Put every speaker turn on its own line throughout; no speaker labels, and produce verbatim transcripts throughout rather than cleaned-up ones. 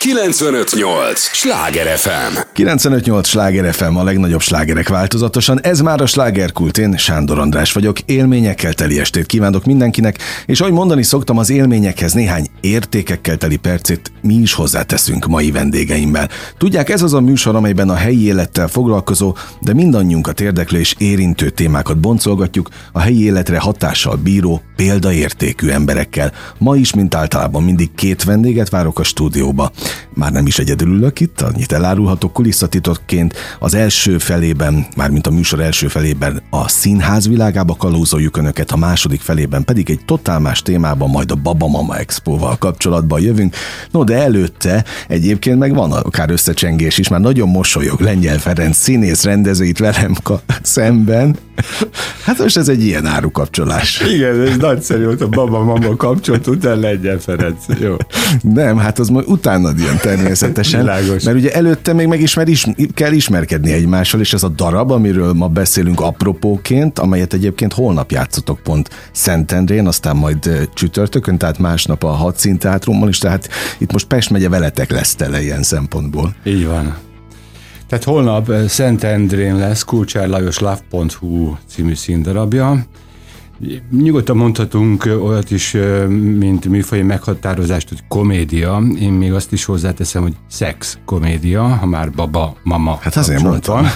kilencvenöt nyolc Sláger ef em.
kilencvenöt nyolc Sláger ef em, a legnagyobb slágerek változatosan. Ez már a Slágerkult, én Sándor András vagyok. Élményekkel teli estét kívánok mindenkinek, és ahogy mondani szoktam, az élményekhez néhány értékekkel teli percét mi is hozzáteszünk mai vendégeimmel. Tudják, ez az a műsor, amelyben a helyi élettel foglalkozó, de mindannyiunkat érdeklő és érintő témákat boncolgatjuk a helyi életre hatással bíró, példaértékű emberekkel. Ma is, mint általában, mindig két vendéget várok a stúdióba. Már nem is egyedül ülök itt, annyit elárulhatok kulisszatitokként. Az első felében, mármint a műsor első felében a színház világába kalózoljuk önöket, a második felében pedig egy totál más témában, majd a Baba Mama Expóval kapcsolatban jövünk. No, de előtte egyébként meg van akár összecsengés is, már nagyon mosolyog Lengyel Ferenc színész rendező itt velem szemben. Hát most ez egy ilyen árukapcsolás.
Igen, ez nagyszerű volt a Baba Mama kapcsolat után Lengyel Ferenc. Jó.
Nem, hát az majd utánad jön természetesen.
Világos.
Mert ugye előtte még meg ismer, is, kell ismerkedni egymással, és ez a darab, amiről ma beszélünk apropóként, amelyet egyébként holnap játszotok pont Szentendrén, aztán majd csütörtökön, tehát másnap a Hadszínteátrummal is, tehát itt most Pest megye veletek lesz tele ilyen szempontból.
Így van. Tehát holnap Szentendrén lesz Kulcsár Lajos Love pont hu című színdarabja. Nyugodtan mondhatunk olyat is, mint műfaji meghatározást, hogy komédia. Én még azt is hozzáteszem, hogy szex komédia, ha már baba, mama.
Hát azért mondtam.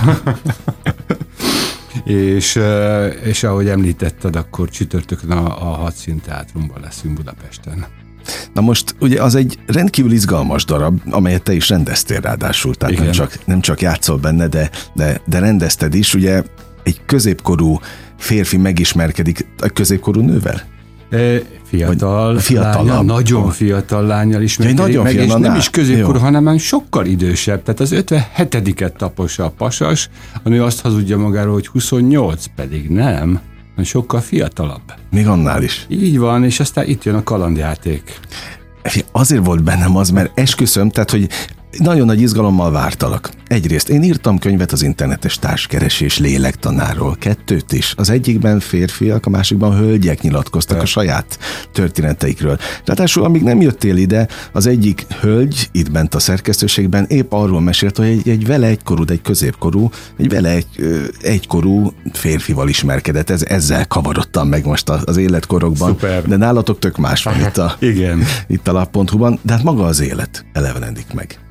és, és ahogy említetted, akkor csütörtökön a, a Hadszínteátrumban leszünk Budapesten.
Na most ugye az egy rendkívül izgalmas darab, amelyet te is rendeztél ráadásul, tehát nem csak, nem csak játszol benne, de, de, de rendezted is, ugye egy középkorú férfi megismerkedik a középkorú nővel?
E, fiatal lánya, nagyon nagyon lányal ismerkedik
nagyon
meg, és
fiatal,
nem is középkorú,
jó.
hanem sokkal idősebb. Tehát az ötvenhetediket tapossa a pasas, a nő azt hazudja magáról, hogy huszonnyolc, pedig nem, sokkal fiatalabb.
Még annál is.
Így van, és aztán itt jön a kalandjáték.
Azért volt bennem az, mert esküszöm, tehát, hogy nagyon nagy izgalommal vártalak. Egyrészt én írtam könyvet az internetes társkeresés lélektanáról, kettőt is. Az egyikben férfiak, a másikban hölgyek nyilatkoztak De. a saját történeteikről. Ráadásul, amíg nem jöttél ide, az egyik hölgy itt bent a szerkesztőségben épp arról mesélt, hogy egy, egy vele egykorú, egy középkorú, egy vele egy, ö, egykorú férfival ismerkedett. Ez, ezzel kavarodtam meg most az életkorokban.
Szuper.
De nálatok tök más van itt a,
Igen.
itt a lap pont hu-ban, de hát maga az élet elevenedik meg.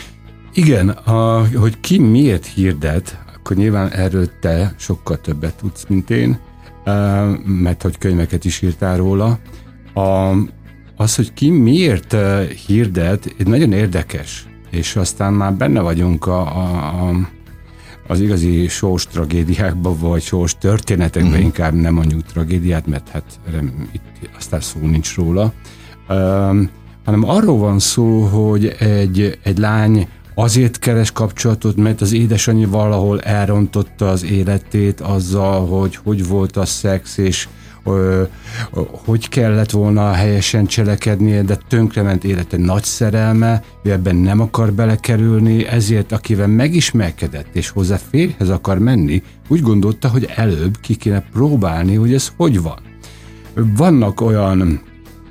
Igen, a, hogy ki miért hirdet, akkor nyilván erről te sokkal többet tudsz, mint én, mert hogy könyveket is írtál róla. A, az, hogy ki miért hirdet, ez nagyon érdekes, és aztán már benne vagyunk a, a, a, az igazi sós tragédiákban, vagy sós történetekben, uh-huh. inkább nem mondjuk tragédiát, mert hát itt aztán szó nincs róla, um, hanem arról van szó, hogy egy, egy lány azért keres kapcsolatot, mert az édesanyja valahol elrontotta az életét azzal, hogy hogy volt a szex, és ö, ö, hogy kellett volna helyesen cselekednie, de tönkrement élete nagy szerelme, ő ebben nem akar belekerülni, ezért akivel megismerkedett, és hozzá férjhez akar menni, úgy gondolta, hogy előbb ki kéne próbálni, hogy ez hogy van. Vannak olyan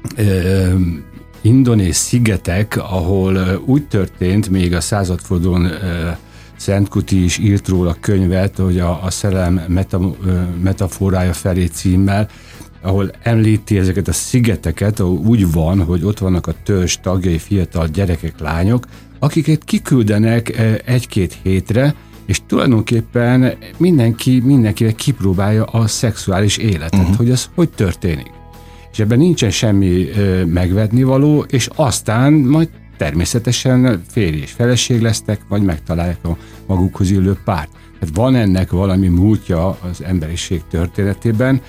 ö, indonéz szigetek, ahol úgy történt, még a századfordulón uh, Szent Kuti is írt róla könyvet, hogy a, a szerelem meta, uh, metaforája felé címmel, ahol említi ezeket a szigeteket, ahol úgy van, hogy ott vannak a törzs tagjai, fiatal gyerekek, lányok, akiket kiküldenek uh, egy-két hétre, és tulajdonképpen mindenki, mindenkivel kipróbálja a szexuális életet, uh-huh. hogy ez hogy történik. És ebben nincsen semmi ö, megvetnivaló, és aztán majd természetesen férj és feleség lesznek, vagy megtalálják a magukhoz illő párt. Tehát van ennek valami múltja az emberiség történetében.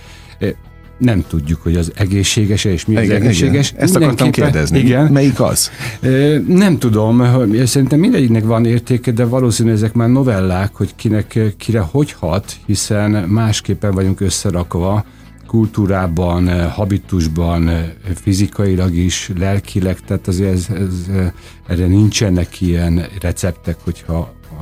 Nem tudjuk, hogy az egészséges és mi igen, az egészséges.
Igen. Ezt akartam kérdezni. Igen. Melyik az?
Nem tudom. Szerintem mindegyiknek van értéke, de valószínűleg ezek már novellák, hogy kinek, kire hogy hat, hiszen másképpen vagyunk összerakva, kultúrában, habitusban, fizikailag is, lelkileg, tehát azért ez, ez, erre nincsenek ilyen receptek, hogyha a,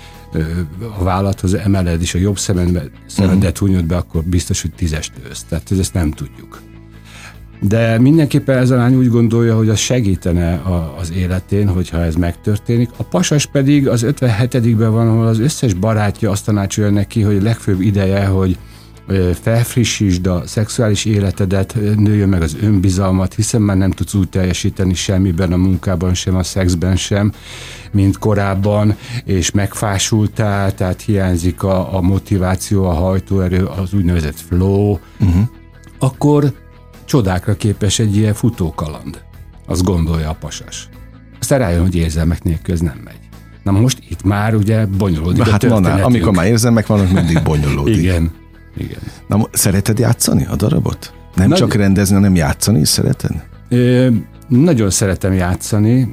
a vállathoz emeled és a jobb szemedet uh-huh. hunyod be, akkor biztos, hogy tízest ősz. Tehát ezt nem tudjuk. De mindenképpen ez a lány úgy gondolja, hogy az segítene a, az életén, hogyha ez megtörténik. A pasas pedig az ötvenhetedikben van, ahol az összes barátja azt tanácsolja neki, hogy legfőbb ideje, hogy felfrissítsd a szexuális életedet, nőjön meg az önbizalmat, hiszen már nem tudsz úgy teljesíteni semmiben, a munkában sem, a szexben sem, mint korábban, és megfásultál, tehát hiányzik a, a motiváció, a hajtóerő, az úgynevezett flow, uh-huh. akkor csodákra képes egy ilyen futókaland. Azt gondolja a pasas. Aztán rájön, hogy érzelmek nélkül ez nem megy. Na most itt már ugye bonyolódik
hát
a történetünk.
Amikor már érzelmek vannak, mindig bonyolódik.
Igen. Igen.
Na, szereted játszani a darabot? Nem Nagy... csak rendezni, hanem játszani is szereted?
Ö, nagyon szeretem játszani.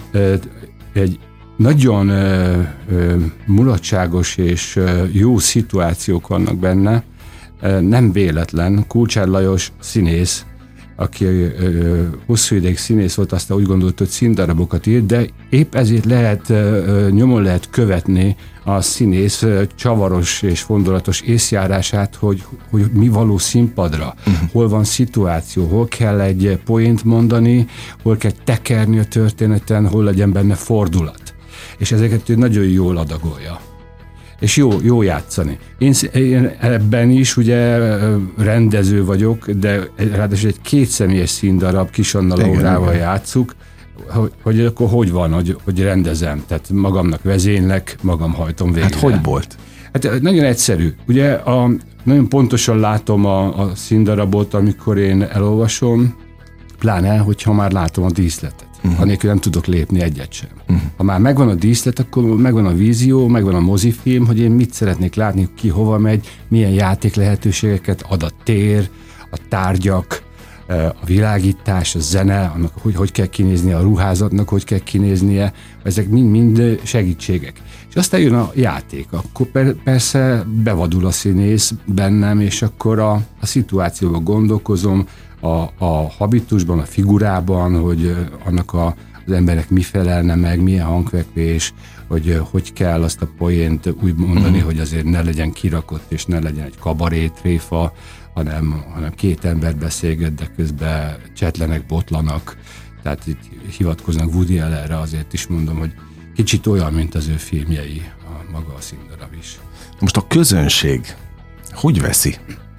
Egy nagyon ö, ö, mulatságos és ö, jó szituációk vannak benne. Nem véletlen. Kulcsár Lajos színész, aki ö, hosszú ideig színész volt, aztán úgy gondolt, hogy színdarabokat írt, de épp ezért lehet, ö, nyomon lehet követni a színész ö, csavaros és fondolatos észjárását, hogy, hogy mi való színpadra, uh-huh. hol van szituáció, hol kell egy poént mondani, hol kell tekerni a történeten, hol legyen benne fordulat. És ezeket ő nagyon jól adagolja. És jó, jó játszani. Én, én ebben is ugye rendező vagyok, de ráadásul egy kétszemélyes színdarab, Kis Anna Laurával játsszuk, hogy, hogy akkor hogy van, hogy, hogy rendezem. Tehát magamnak vezénylek, magam hajtom végre.
Hát hogy volt?
Hát nagyon egyszerű. Ugye a, nagyon pontosan látom a, a színdarabot, amikor én elolvasom, pláne, hogyha már látom a díszletet. Uh-huh. Anélkül nem tudok lépni egyet sem. Uh-huh. Ha már megvan a díszlet, akkor megvan a vízió, megvan a mozifilm, hogy én mit szeretnék látni, ki hova megy, milyen játék lehetőségeket ad a tér, a tárgyak, a világítás, a zene, annak, hogy hogy kell kinézni a ruházatnak, hogy kell kinéznie, ezek mind-mind segítségek. És aztán jön a játék, akkor persze bevadul a színész bennem, és akkor a, a szituációban gondolkozom, A, a habitusban, a figurában, hogy annak a, az emberek mi felelne meg, milyen hangfekvés, hogy hogy kell azt a poént úgy mondani, uh-huh. hogy azért ne legyen kirakott, és ne legyen egy kabarétréfa, hanem, hanem két ember beszélget, de közben csetlenek, botlanak. Tehát itt hivatkoznak Woody Allenre, azért is mondom, hogy kicsit olyan, mint az ő filmjei, a maga a színdarab is.
Most a közönség hogy veszi?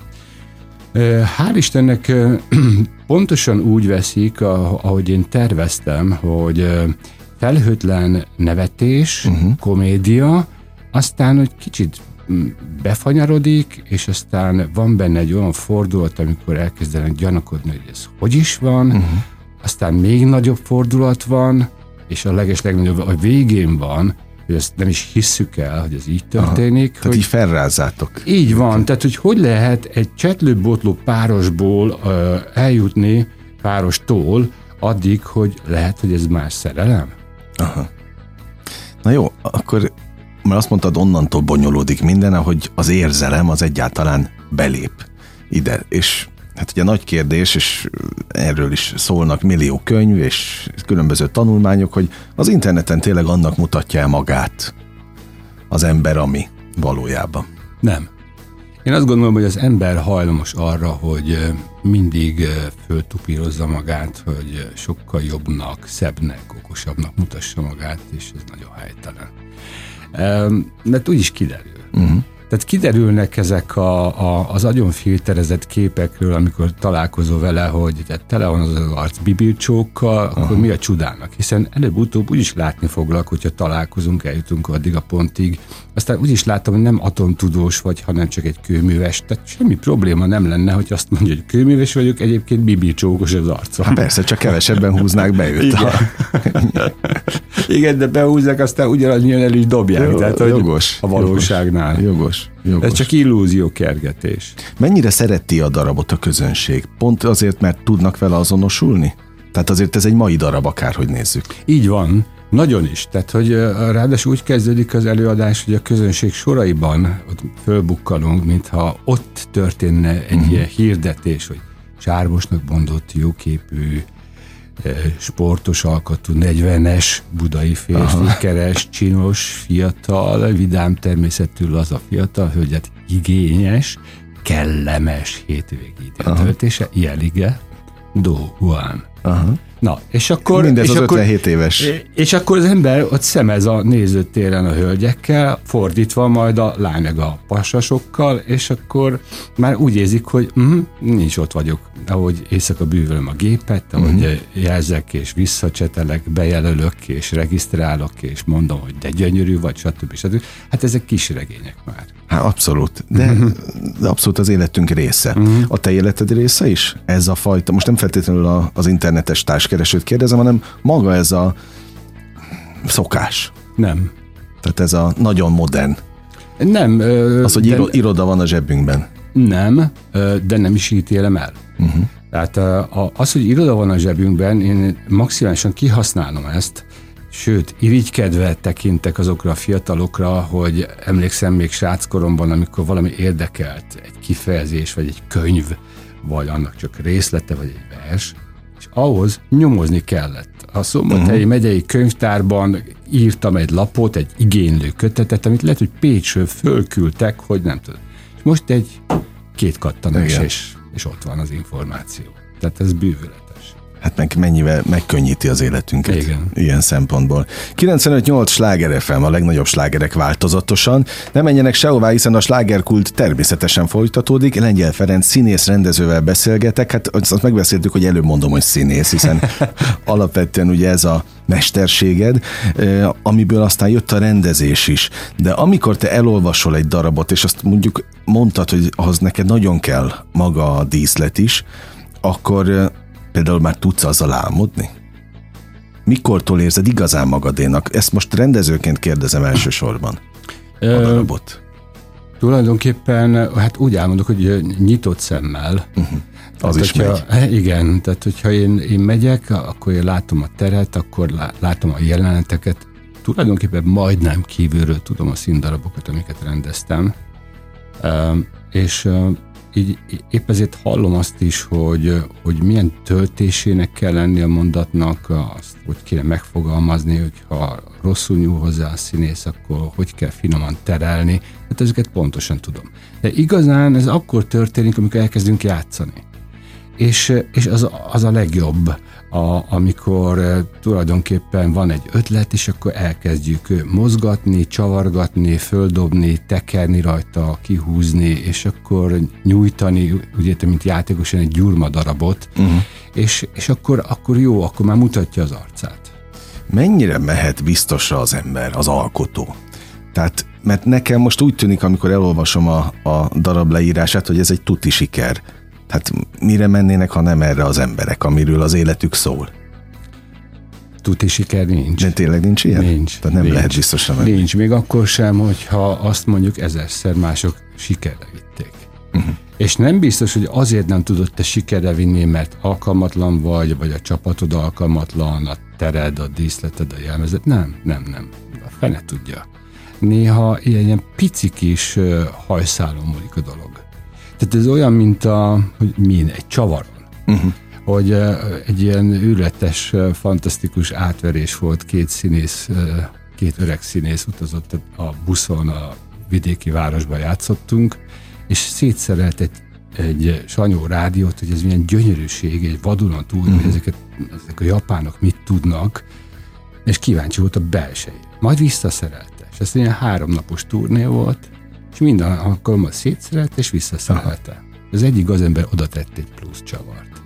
Hál' Istennek pontosan úgy veszik, ahogy én terveztem, hogy felhőtlen nevetés, uh-huh. komédia, aztán, hogy kicsit befanyarodik, és aztán van benne egy olyan fordulat, amikor elkezdenek gyanakodni, hogy ez hogy is van, uh-huh. aztán még nagyobb fordulat van, és a leges-legnagyobb a végén van, hogy ezt nem is hisszük el, hogy ez így történik.
Aha, tehát így felrázzátok.
Így van, tehát hogy hogy lehet egy csetlőbotló párosból uh, eljutni párostól addig, hogy lehet, hogy ez más szerelem?
Aha. Na jó, akkor mert azt mondtad, onnantól bonyolódik minden, ahogy az érzelem az egyáltalán belép ide, és hát ugye nagy kérdés, és erről is szólnak millió könyv, és különböző tanulmányok, hogy az interneten tényleg annak mutatja el magát az ember, ami valójában.
Nem. Én azt gondolom, hogy az ember hajlamos arra, hogy mindig föltupírozza magát, hogy sokkal jobbnak, szebbnek, okosabbnak mutassa magát, és ez nagyon helytelen. Mert úgyis kiderül. Uh-huh. Tehát kiderülnek ezek a, a, az agyon filterezett képekről, amikor találkozol vele, hogy tele van az az arc bibircsókkal, akkor uh-huh. mi a csodának? Hiszen előbb-utóbb úgyis látni foglak, hogyha találkozunk, eljutunk addig a pontig. Aztán úgyis látom, hogy nem atomtudós vagy, hanem csak egy kőműves. Tehát semmi probléma nem lenne, hogy azt mondja, hogy kőműves vagyok, egyébként bibircsókos az arcom.
Hát persze, csak kevesebben húznák be őt.
Igen. Igen, de behúzzák, aztán ugyanannyian el is dobják.
Jó,
tehát,
jogos.
A valóságnál.
Jogos. Jogos.
Ez csak illúziókergetés.
Mennyire szereti a darabot a közönség? Pont azért, mert tudnak vele azonosulni? Tehát azért ez egy mai darab, akárhogy nézzük.
Így van, nagyon is. Tehát, hogy ráadásul úgy kezdődik az előadás, hogy a közönség soraiban ott fölbukkanunk, mintha ott történne egy uh-huh. ilyen hirdetés, hogy Sármosnak mondott jóképű, sportos alkatú, negyvenes budai férfi, aha. keres, csinos, fiatal, vidám természetű laza fiatal hölgyet, igényes, kellemes hétvégi időtöltése, jelige, Don Juan.
Aha.
Na, és akkor...
Mindez
és
az
akkor,
ötvenhét éves.
És akkor az ember ott szemez a nézőtéren a hölgyekkel, fordítva majd a lány meg a pasasokkal, és akkor már úgy érzik, hogy mm, nincs ott vagyok, ahogy éjszaka bűvölöm a gépet, ahogy mm-hmm. jelzek és visszacsetelek, bejelölök és regisztrálok, és mondom, hogy de gyönyörű vagy, stb. stb. Hát ezek kis regények már.
Hát abszolút, de, mm-hmm. de abszolút az életünk része. Mm-hmm. A te életed része is? Ez a fajta, most nem feltétlenül a, az internetes társkeresőt kérdezem, hanem maga ez a szokás.
Nem.
Tehát ez a nagyon modern.
Nem. Ö,
az, hogy de, iroda van a zsebünkben.
Nem, de nem is ítélem el. Uh-huh. Tehát az, hogy iroda van a zsebünkben, én maximálisan kihasználom ezt, sőt, irigykedve tekintek azokra a fiatalokra, hogy emlékszem még sráckoromban, amikor valami érdekelt, egy kifejezés, vagy egy könyv, vagy annak csak részlete, vagy egy vers, és ahhoz nyomozni kellett. A Szombathelyi uh-huh. megyei könyvtárban írtam egy lapot, egy igénylő kötetet, amit lehet, hogy Pécsről fölküldtek, hogy nem tudom. És most egy két kattanás, és, és ott van az információ. Tehát ez bűvöletes.
Hát meg mennyivel megkönnyíti az életünket.
Igen.
Ilyen szempontból. kilencvenöt nyolc Sláger ef em, a legnagyobb slágerek változatosan. Ne menjenek sehová, hiszen a slágerkult természetesen folytatódik. Lengyel Ferenc színész rendezővel beszélgetek. Hát azt megbeszéltük, hogy előbb mondom, hogy színész, hiszen alapvetően ugye ez a mesterséged, amiből aztán jött a rendezés is. De amikor te elolvasol egy darabot, és azt mondjuk mondtad, hogy ahhoz neked nagyon kell maga a díszlet is, akkor például már tudsz azzal álmodni? Mikortól érzed igazán magadénak? Ezt most rendezőként kérdezem elsősorban. A darabot.
E, tulajdonképpen hát úgy álmodok, hogy nyitott szemmel. Uh-huh.
Az
tehát,
is
hogyha, megy. Igen, tehát hogyha én, én megyek, akkor én látom a teret, akkor látom a jeleneteket. Tulajdonképpen majdnem kívülről tudom a színdarabokat, amiket rendeztem. E, és így épp ezért hallom azt is, hogy, hogy milyen töltésének kell lenni a mondatnak, azt hogy kéne megfogalmazni, hogyha rosszul nyúl hozzá a színész, akkor hogy kell finoman terelni. Hát ezeket pontosan tudom. De igazán ez akkor történik, amikor elkezdünk játszani. És, és az, az a legjobb, a, amikor tulajdonképpen van egy ötlet, és akkor elkezdjük mozgatni, csavargatni, földobni, tekerni rajta, kihúzni, és akkor nyújtani, ugye, mint játékosan egy gyurmadarabot, uh-huh. és, és akkor, akkor jó, akkor már mutatja az arcát.
Mennyire mehet biztosra az ember, az alkotó? Tehát, mert nekem most úgy tűnik, amikor elolvasom a, a darab leírását, hogy ez egy tuti siker. Hát mire mennének, ha nem erre az emberek, amiről az életük szól?
Tuti siker nincs.
De tényleg nincs ilyen?
Nincs.
Tehát nem
nincs,
lehet biztosra menni.
Nincs, még akkor sem, hogyha azt mondjuk ezerszer mások sikerre vitték. Uh-huh. És nem biztos, hogy azért nem tudod te sikerre vinni, mert alkalmatlan vagy, vagy a csapatod alkalmatlan, a tered, a díszleted, a jelmezet. Nem, nem, nem. A fene tudja. Néha ilyen, ilyen pici kis uh, hajszálon múlik a dolog. Tehát ez olyan, mint a, hogy min, egy csavaron. Uh-huh. Hogy uh, egy ilyen űrletes, uh, fantasztikus átverés volt, két színész, uh, két öreg színész utazott a buszon, a vidéki városban játszottunk, és szétszerelt egy, egy sanyó rádiót, hogy ez milyen gyönyörűség, egy vadulon túl, uh-huh. hogy ezeket, ezek a japánok mit tudnak, és kíváncsi volt a belsejére. Majd visszaszerelte, és ez ilyen háromnapos turné volt, és minden alkalommal szétszerelt, és visszaszerelte. Az egyik gazember oda tett egy plusz csavart.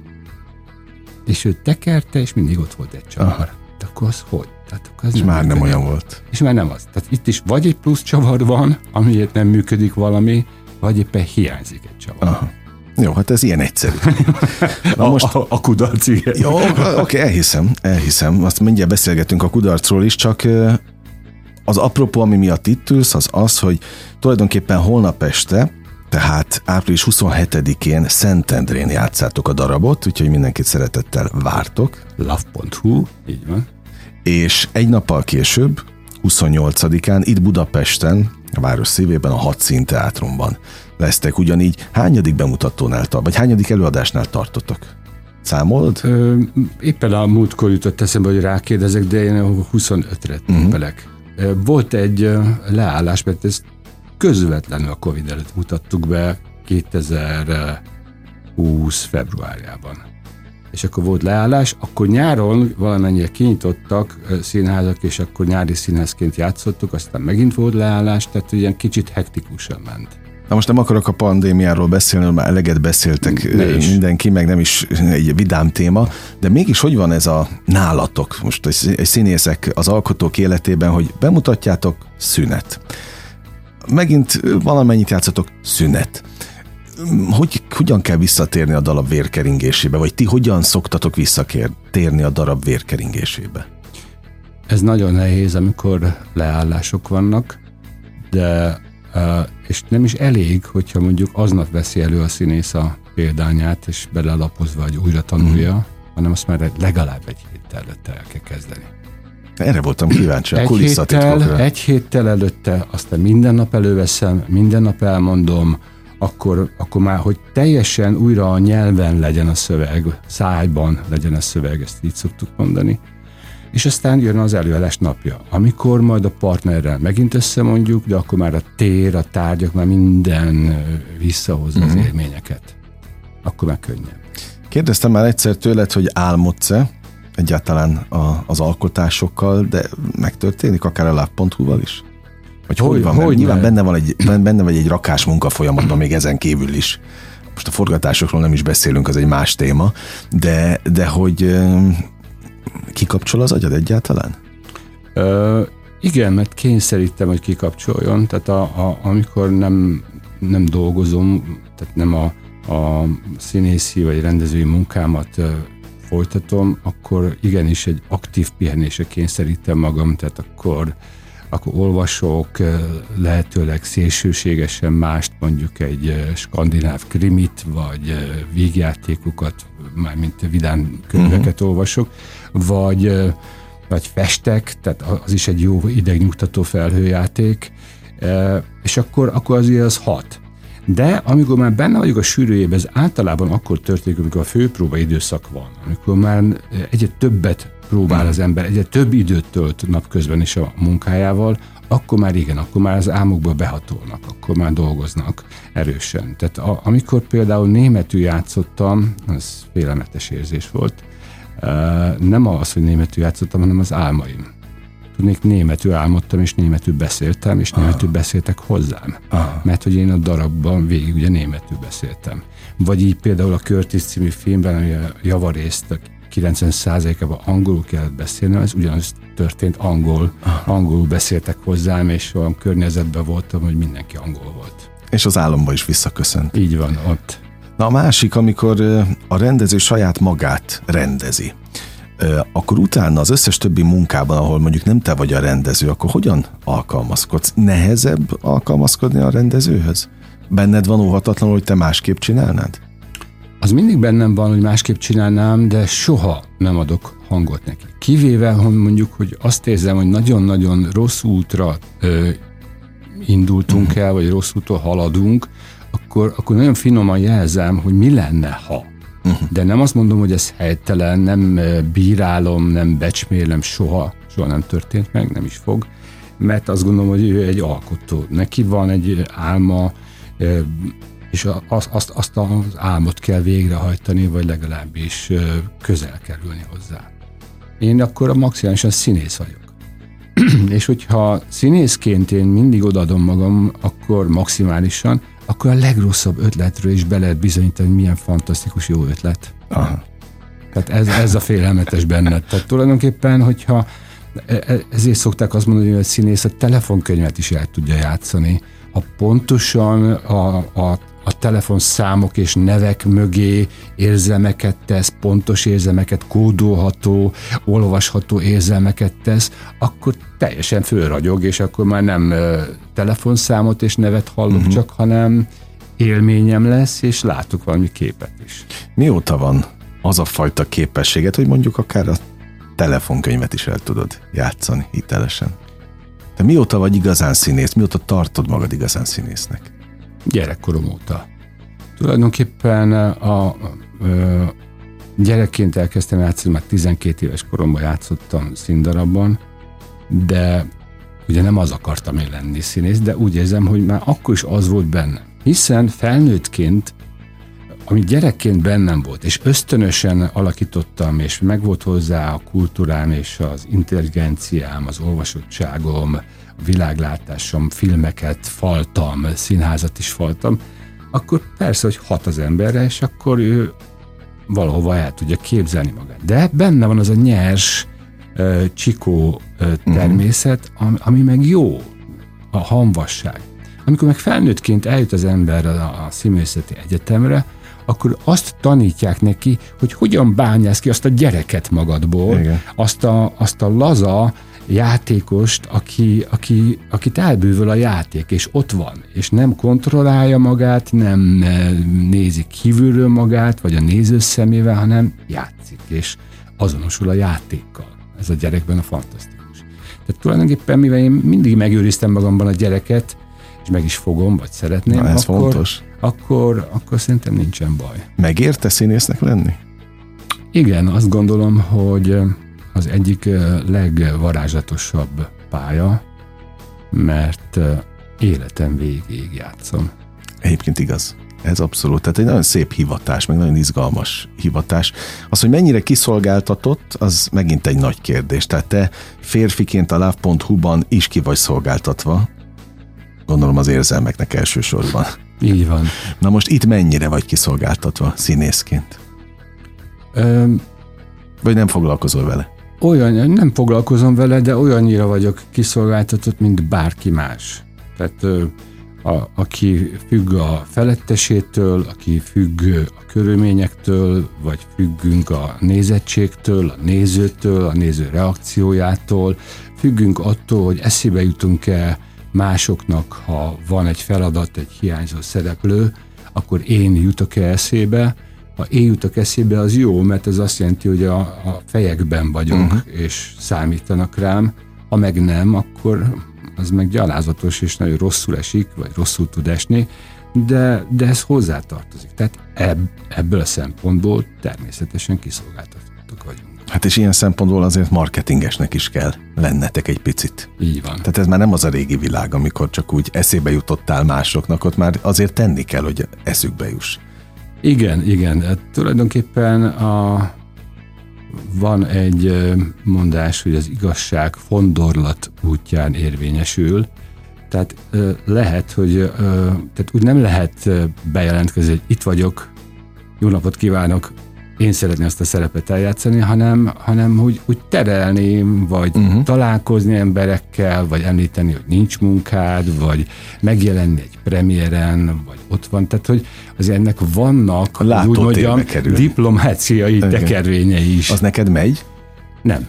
És ő tekerte, és mindig ott volt egy csavar. Aha. De akkor az hogy? Tehát akkor az
és
nem
már
működik.
nem olyan volt.
És már nem az. Tehát itt is vagy egy plusz csavar van, amiért nem működik valami, vagy éppen hiányzik egy csavar. Aha.
Jó, hát ez ilyen egyszerű. Na
most... a, a, a kudarc, igen.
Jó, oké, elhiszem, elhiszem. Azt mindjárt beszélgetünk a kudarcról is, csak az apropó, ami miatt itt ülsz, az az, hogy tulajdonképpen holnap este, tehát április huszonhetedikén Szentendrén játszátok a darabot, úgyhogy mindenkit szeretettel vártok.
love pont hu, így van.
És egy nappal később, huszonnyolcadikán itt Budapesten, a város szívében, a Hat Színteátrumban lesztek ugyanígy. Hányadik bemutatónál, vagy hányadik előadásnál tartotok? Számolod?
Ö, éppen a múltkor jutott eszembe, hogy rákérdezek, de én huszonötre tippelek. Uh-huh. Volt egy leállás, mert ezt közvetlenül a Covid előtt mutattuk be kétezer-húsz februárjában. és akkor volt leállás, akkor nyáron valamennyire kinyitottak színházak, és akkor nyári színházként játszottuk, aztán megint volt leállás, tehát ilyen kicsit hektikusan ment.
Na most nem akarok a pandémiáról beszélni, már eleget beszéltek mindenki, meg nem is egy vidám téma, de mégis hogy van ez a nálatok, most egy színészek az alkotók életében, hogy bemutatjátok, szünet. Megint valamennyit játszatok, szünet. Hogy, hogyan kell visszatérni a darab vérkeringésébe, vagy ti hogyan szoktatok visszatérni a darab vérkeringésébe?
Ez nagyon nehéz, amikor leállások vannak, de és nem is elég, hogyha mondjuk aznap veszi elő a színész a példányát, és belelapozva, hogy újra tanulja, mm. hanem azt már legalább egy héttel előtte el kell kezdeni.
Erre voltam kíváncsi, a
egy
kulisszatitkokra.
Egy héttel előtte, aztán minden nap előveszem, minden nap elmondom, akkor, akkor már, hogy teljesen újra a nyelven legyen a szöveg, szájban legyen a szöveg, ezt így szoktuk mondani. És aztán jön az előadás napja, amikor majd a partnerrel megint összemondjuk, de akkor már a tér, a tárgyak, már minden visszahozza mm-hmm. az élményeket. Akkor már könnyebb.
Kérdeztem már egyszer tőled, hogy álmodsz-e egyáltalán a, az alkotásokkal, de megtörténik akár a love pont hu-val is? Vagy hogy, hogy van? Hogy nyilván benne, van egy, benne vagy egy rakás munkafolyamatban még ezen kívül is. Most a forgatásokról nem is beszélünk, az egy más téma, de, de hogy kikapcsol az agyad egyáltalán?
Ö, igen, mert kényszerítem, hogy kikapcsoljon. Tehát a, a, amikor nem, nem dolgozom, tehát nem a, a színészi vagy rendezői munkámat ö, folytatom, akkor igenis egy aktív pihenésre kényszerítem magam, tehát akkor, akkor olvasok, lehetőleg szélsőségesen mást, mondjuk egy skandináv krimit, vagy vígjátékokat, mármint vidám könyveket uh-huh. olvasok, vagy, vagy festek, tehát az is egy jó idegnyugtató felhőjáték, és akkor, akkor azért az hat. De amikor már benne vagyok a sűrűjében, ez általában akkor történik, amikor a főpróba időszak van, amikor már egyre többet próbál az ember, egyre több időt tölt napközben is a munkájával, akkor már igen, akkor már az álmokba behatolnak, akkor már dolgoznak erősen. Tehát a, amikor például németül játszottam, az félelmetes érzés volt, nem az, hogy németül játszottam, hanem az álmaim. Tudnék, németül álmodtam, és németül beszéltem, és németül ah. beszéltek hozzám. Ah. Mert hogy én a darabban végig ugye németül beszéltem. Vagy így például a Curtis című filmben, ami a javarészt a kilencven százalékában angolul kellett beszélnem, ez ugyanaz történt, angol, ah. angolul beszéltek hozzám, és olyan környezetben voltam, hogy mindenki angol volt. És
az álomba is visszaköszönt.
Így van, ott.
Na a másik, amikor a rendező saját magát rendezi, akkor utána az összes többi munkában, ahol mondjuk nem te vagy a rendező, akkor hogyan alkalmazkodsz? Nehezebb alkalmazkodni a rendezőhöz? Benned van óhatatlanul, hogy te másképp csinálnád?
Az mindig bennem van, hogy másképp csinálnám, de soha nem adok hangot neki. Kivéve, hogy mondjuk, hogy azt érzem, hogy nagyon-nagyon rossz útra ö, indultunk uh-huh. el, vagy rossz úton haladunk, akkor, akkor nagyon finoman jelzem, hogy mi lenne, ha. Uh-huh. De nem azt mondom, hogy ez helytelen, nem bírálom, nem becsmélem, soha, soha nem történt meg, nem is fog, mert azt gondolom, hogy ő egy alkotó. Neki van egy álma, és azt, azt, azt az álmot kell végrehajtani, vagy legalábbis közel kerülni hozzá. Én akkor maximálisan színész vagyok. És hogyha színészként én mindig odaadom magam, akkor maximálisan, akkor a legrosszabb ötletről is be lehet bizonyítani, hogy milyen fantasztikus jó ötlet. Aha. Tehát ez, ez a félelmetes benned. Tehát tulajdonképpen, hogyha ezért szokták azt mondani, hogy a színész a telefonkönyvet is el tudja játszani. Ha pontosan a, a, a telefonszámok és nevek mögé érzelmeket tesz, pontos érzelmeket, kódolható, olvasható érzelmeket tesz, akkor teljesen fölragyog, és akkor már nem telefonszámot és nevet hallok uh-huh. csak, hanem élményem lesz, és látok valami képet is.
Mióta van az a fajta képességet, hogy mondjuk akár a telefonkönyvet is el tudod játszani hitelesen? De mióta vagy igazán színész? Mióta tartod magad igazán színésznek?
Gyerekkorom óta. Tulajdonképpen a, a, a gyerekként elkezdtem játszani, már tizenkét éves koromban játszottam színdarabban, de ugye nem az akartam én lenni színész, de úgy érzem, hogy már akkor is az volt bennem. Hiszen felnőttként ami gyerekként bennem volt, és ösztönösen alakítottam, és megvolt hozzá a kultúrám, és az intelligenciám, az olvasottságom, a világlátásom, filmeket faltam, színházat is faltam, akkor persze, hogy hat az emberre, és akkor ő valahova el tudja képzelni magát. De benne van az a nyers, csikó természet, ami meg jó, a hamvasság. Amikor meg felnőttként eljut az ember a színművészeti egyetemre, akkor azt tanítják neki, hogy hogyan bányász ki azt a gyereket magadból, azt a, azt a laza játékost, aki, aki, akit elbűvöl a játék, és ott van, és nem kontrollálja magát, nem nézi kívülről magát, vagy a néző szemével, hanem játszik, és azonosul a játékkal. Ez a gyerekben a fantasztikus. Tehát tulajdonképpen, mivel én mindig megőriztem magamban a gyereket, és meg is fogom, vagy szeretném,
Na, ez
akkor,
fontos.
Akkor, akkor szerintem nincsen baj.
Megérte színésznek lenni?
Igen, azt gondolom, hogy az egyik legvarázslatosabb pálya, mert életem végéig játszom.
Egyébként igaz. Ez abszolút. Tehát egy nagyon szép hivatás, meg nagyon izgalmas hivatás. Az, hogy mennyire kiszolgáltatott, az megint egy nagy kérdés. Tehát te férfiként a love pont hu-ban is ki vagy szolgáltatva. Gondolom az érzelmeknek elsősorban.
Így van.
Na most itt mennyire vagy kiszolgáltatva színészként?
Ö,
vagy nem foglalkozol vele?
Olyan, nem foglalkozom vele, de olyannyira vagyok kiszolgáltatott, mint bárki más. Tehát ö, a, aki függ a felettesétől, aki függ a körülményektől, vagy függünk a nézettségtől, a nézőtől, a néző reakciójától, függünk attól, hogy eszébe jutunk-e másoknak, ha van egy feladat, egy hiányzó szereplő, akkor én jutok-e eszébe. Ha én jutok eszébe, az jó, mert ez azt jelenti, hogy a, a fejekben vagyok, uh-huh. és számítanak rám. Ha meg nem, akkor az meg gyalázatos, és nagyon rosszul esik, vagy rosszul tud esni, de, de ez hozzátartozik. Tehát ebb, ebből a szempontból természetesen kiszolgáltatottak vagyunk.
Hát és ilyen szempontból azért marketingesnek is kell lennetek egy picit.
Így van.
Tehát ez már nem az a régi világ, amikor csak úgy eszébe jutottál másoknak, ott már azért tenni kell, hogy eszükbe juss.
Igen, igen. Hát tulajdonképpen a, van egy mondás, hogy az igazság fondorlat útján érvényesül. Tehát lehet, hogy tehát úgy nem lehet bejelentkezni, hogy itt vagyok, jó napot kívánok, én szeretném ezt a szerepet eljátszani, hanem, hanem hogy úgy terelni, vagy uh-huh. találkozni emberekkel, vagy említeni, hogy nincs munkád, vagy megjelenni egy premiéren, vagy ott van. Tehát, hogy azért ennek vannak, hogy úgy mondjam, diplomáciai okay. tekervényei is.
Az neked megy?
Nem.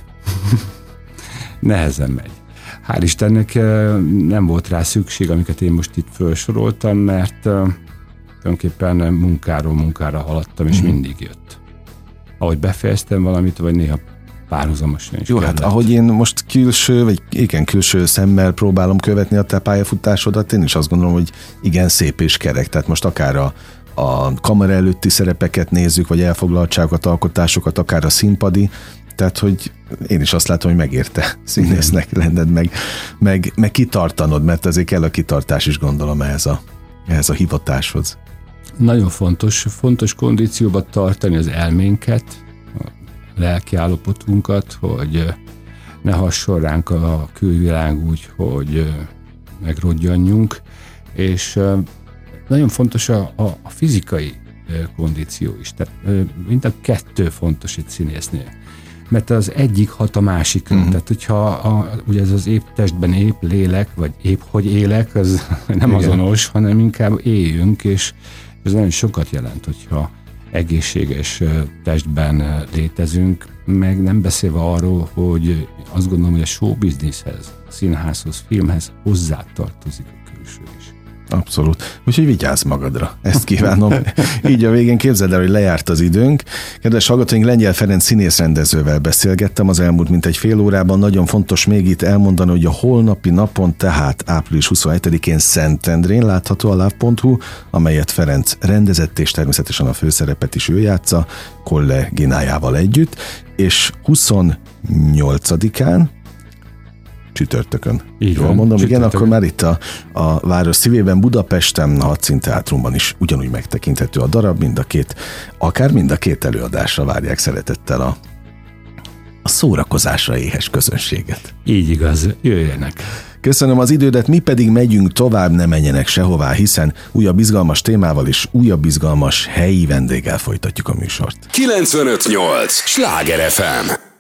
Nehezen megy. Hál' Istennek nem volt rá szükség, amiket én most itt felsoroltam, mert tulajdonképpen munkáról munkára haladtam, és uh-huh. mindig jött. Ahogy befejeztem valamit, vagy néha párhuzamosan is
Jó, kellett. Hát ahogy én most külső, vagy igen, külső szemmel próbálom követni a te pályafutásodat, én is azt gondolom, hogy igen, szép és kerek. Tehát most akár a, a kamera előtti szerepeket nézzük, vagy elfoglaltságokat, alkotásokat, akár a színpadi, tehát, hogy én is azt látom, hogy megérte színésznek lenned, meg, meg, meg kitartanod, mert azért kell a kitartás is, gondolom, ehhez a, ehhez a hivatáshoz.
Nagyon fontos, fontos kondícióba tartani az elménket, a lelki állapotunkat, hogy ne hasson ránk a külvilág úgy, hogy megrodjanjunk, és nagyon fontos a, a, a fizikai kondíció is. Tehát mind a kettő fontos egy színésznél, mert az egyik hat a másikra. Uh-huh. Tehát, hogyha a, ugye ez az épp testben épp lélek, vagy épp hogy élek, az nem igen. azonos, hanem inkább éljünk, és ez nagyon sokat jelent, hogyha egészséges testben létezünk, meg nem beszélve arról, hogy azt gondolom, hogy a showbizniszhez, a színházhoz, filmhez hozzátartozik a külső is.
Abszolút. Úgyhogy vigyázz magadra. Ezt kívánom. Így a végén képzeld el, hogy lejárt az időnk. Kedves hallgatóink, Lengyel Ferenc színészrendezővel beszélgettem az elmúlt mintegy fél órában. Nagyon fontos még itt elmondani, hogy a holnapi napon, tehát április huszonhetedikén Szentendrén látható a love pont hu, amelyet Ferenc rendezett, és természetesen a főszerepet is ő játsza, kolléginájával együtt, és huszonnyolcadikán Csütörtökön.
Így
Jól
van,
mondom,
csütörtökön.
igen, akkor már itt a, a város szívében, Budapesten, a Hadszín Teátrumban is ugyanúgy megtekinthető a darab, mind a két, akár mind a két előadásra várják szeretettel a, a szórakozásra éhes közönséget.
Így igaz, jöjjenek.
Köszönöm az idődet, mi pedig megyünk tovább, ne menjenek sehová, hiszen újabb izgalmas témával és újabb izgalmas helyi vendéggel folytatjuk a műsort.
kilencvenöt nyolc Sláger ef em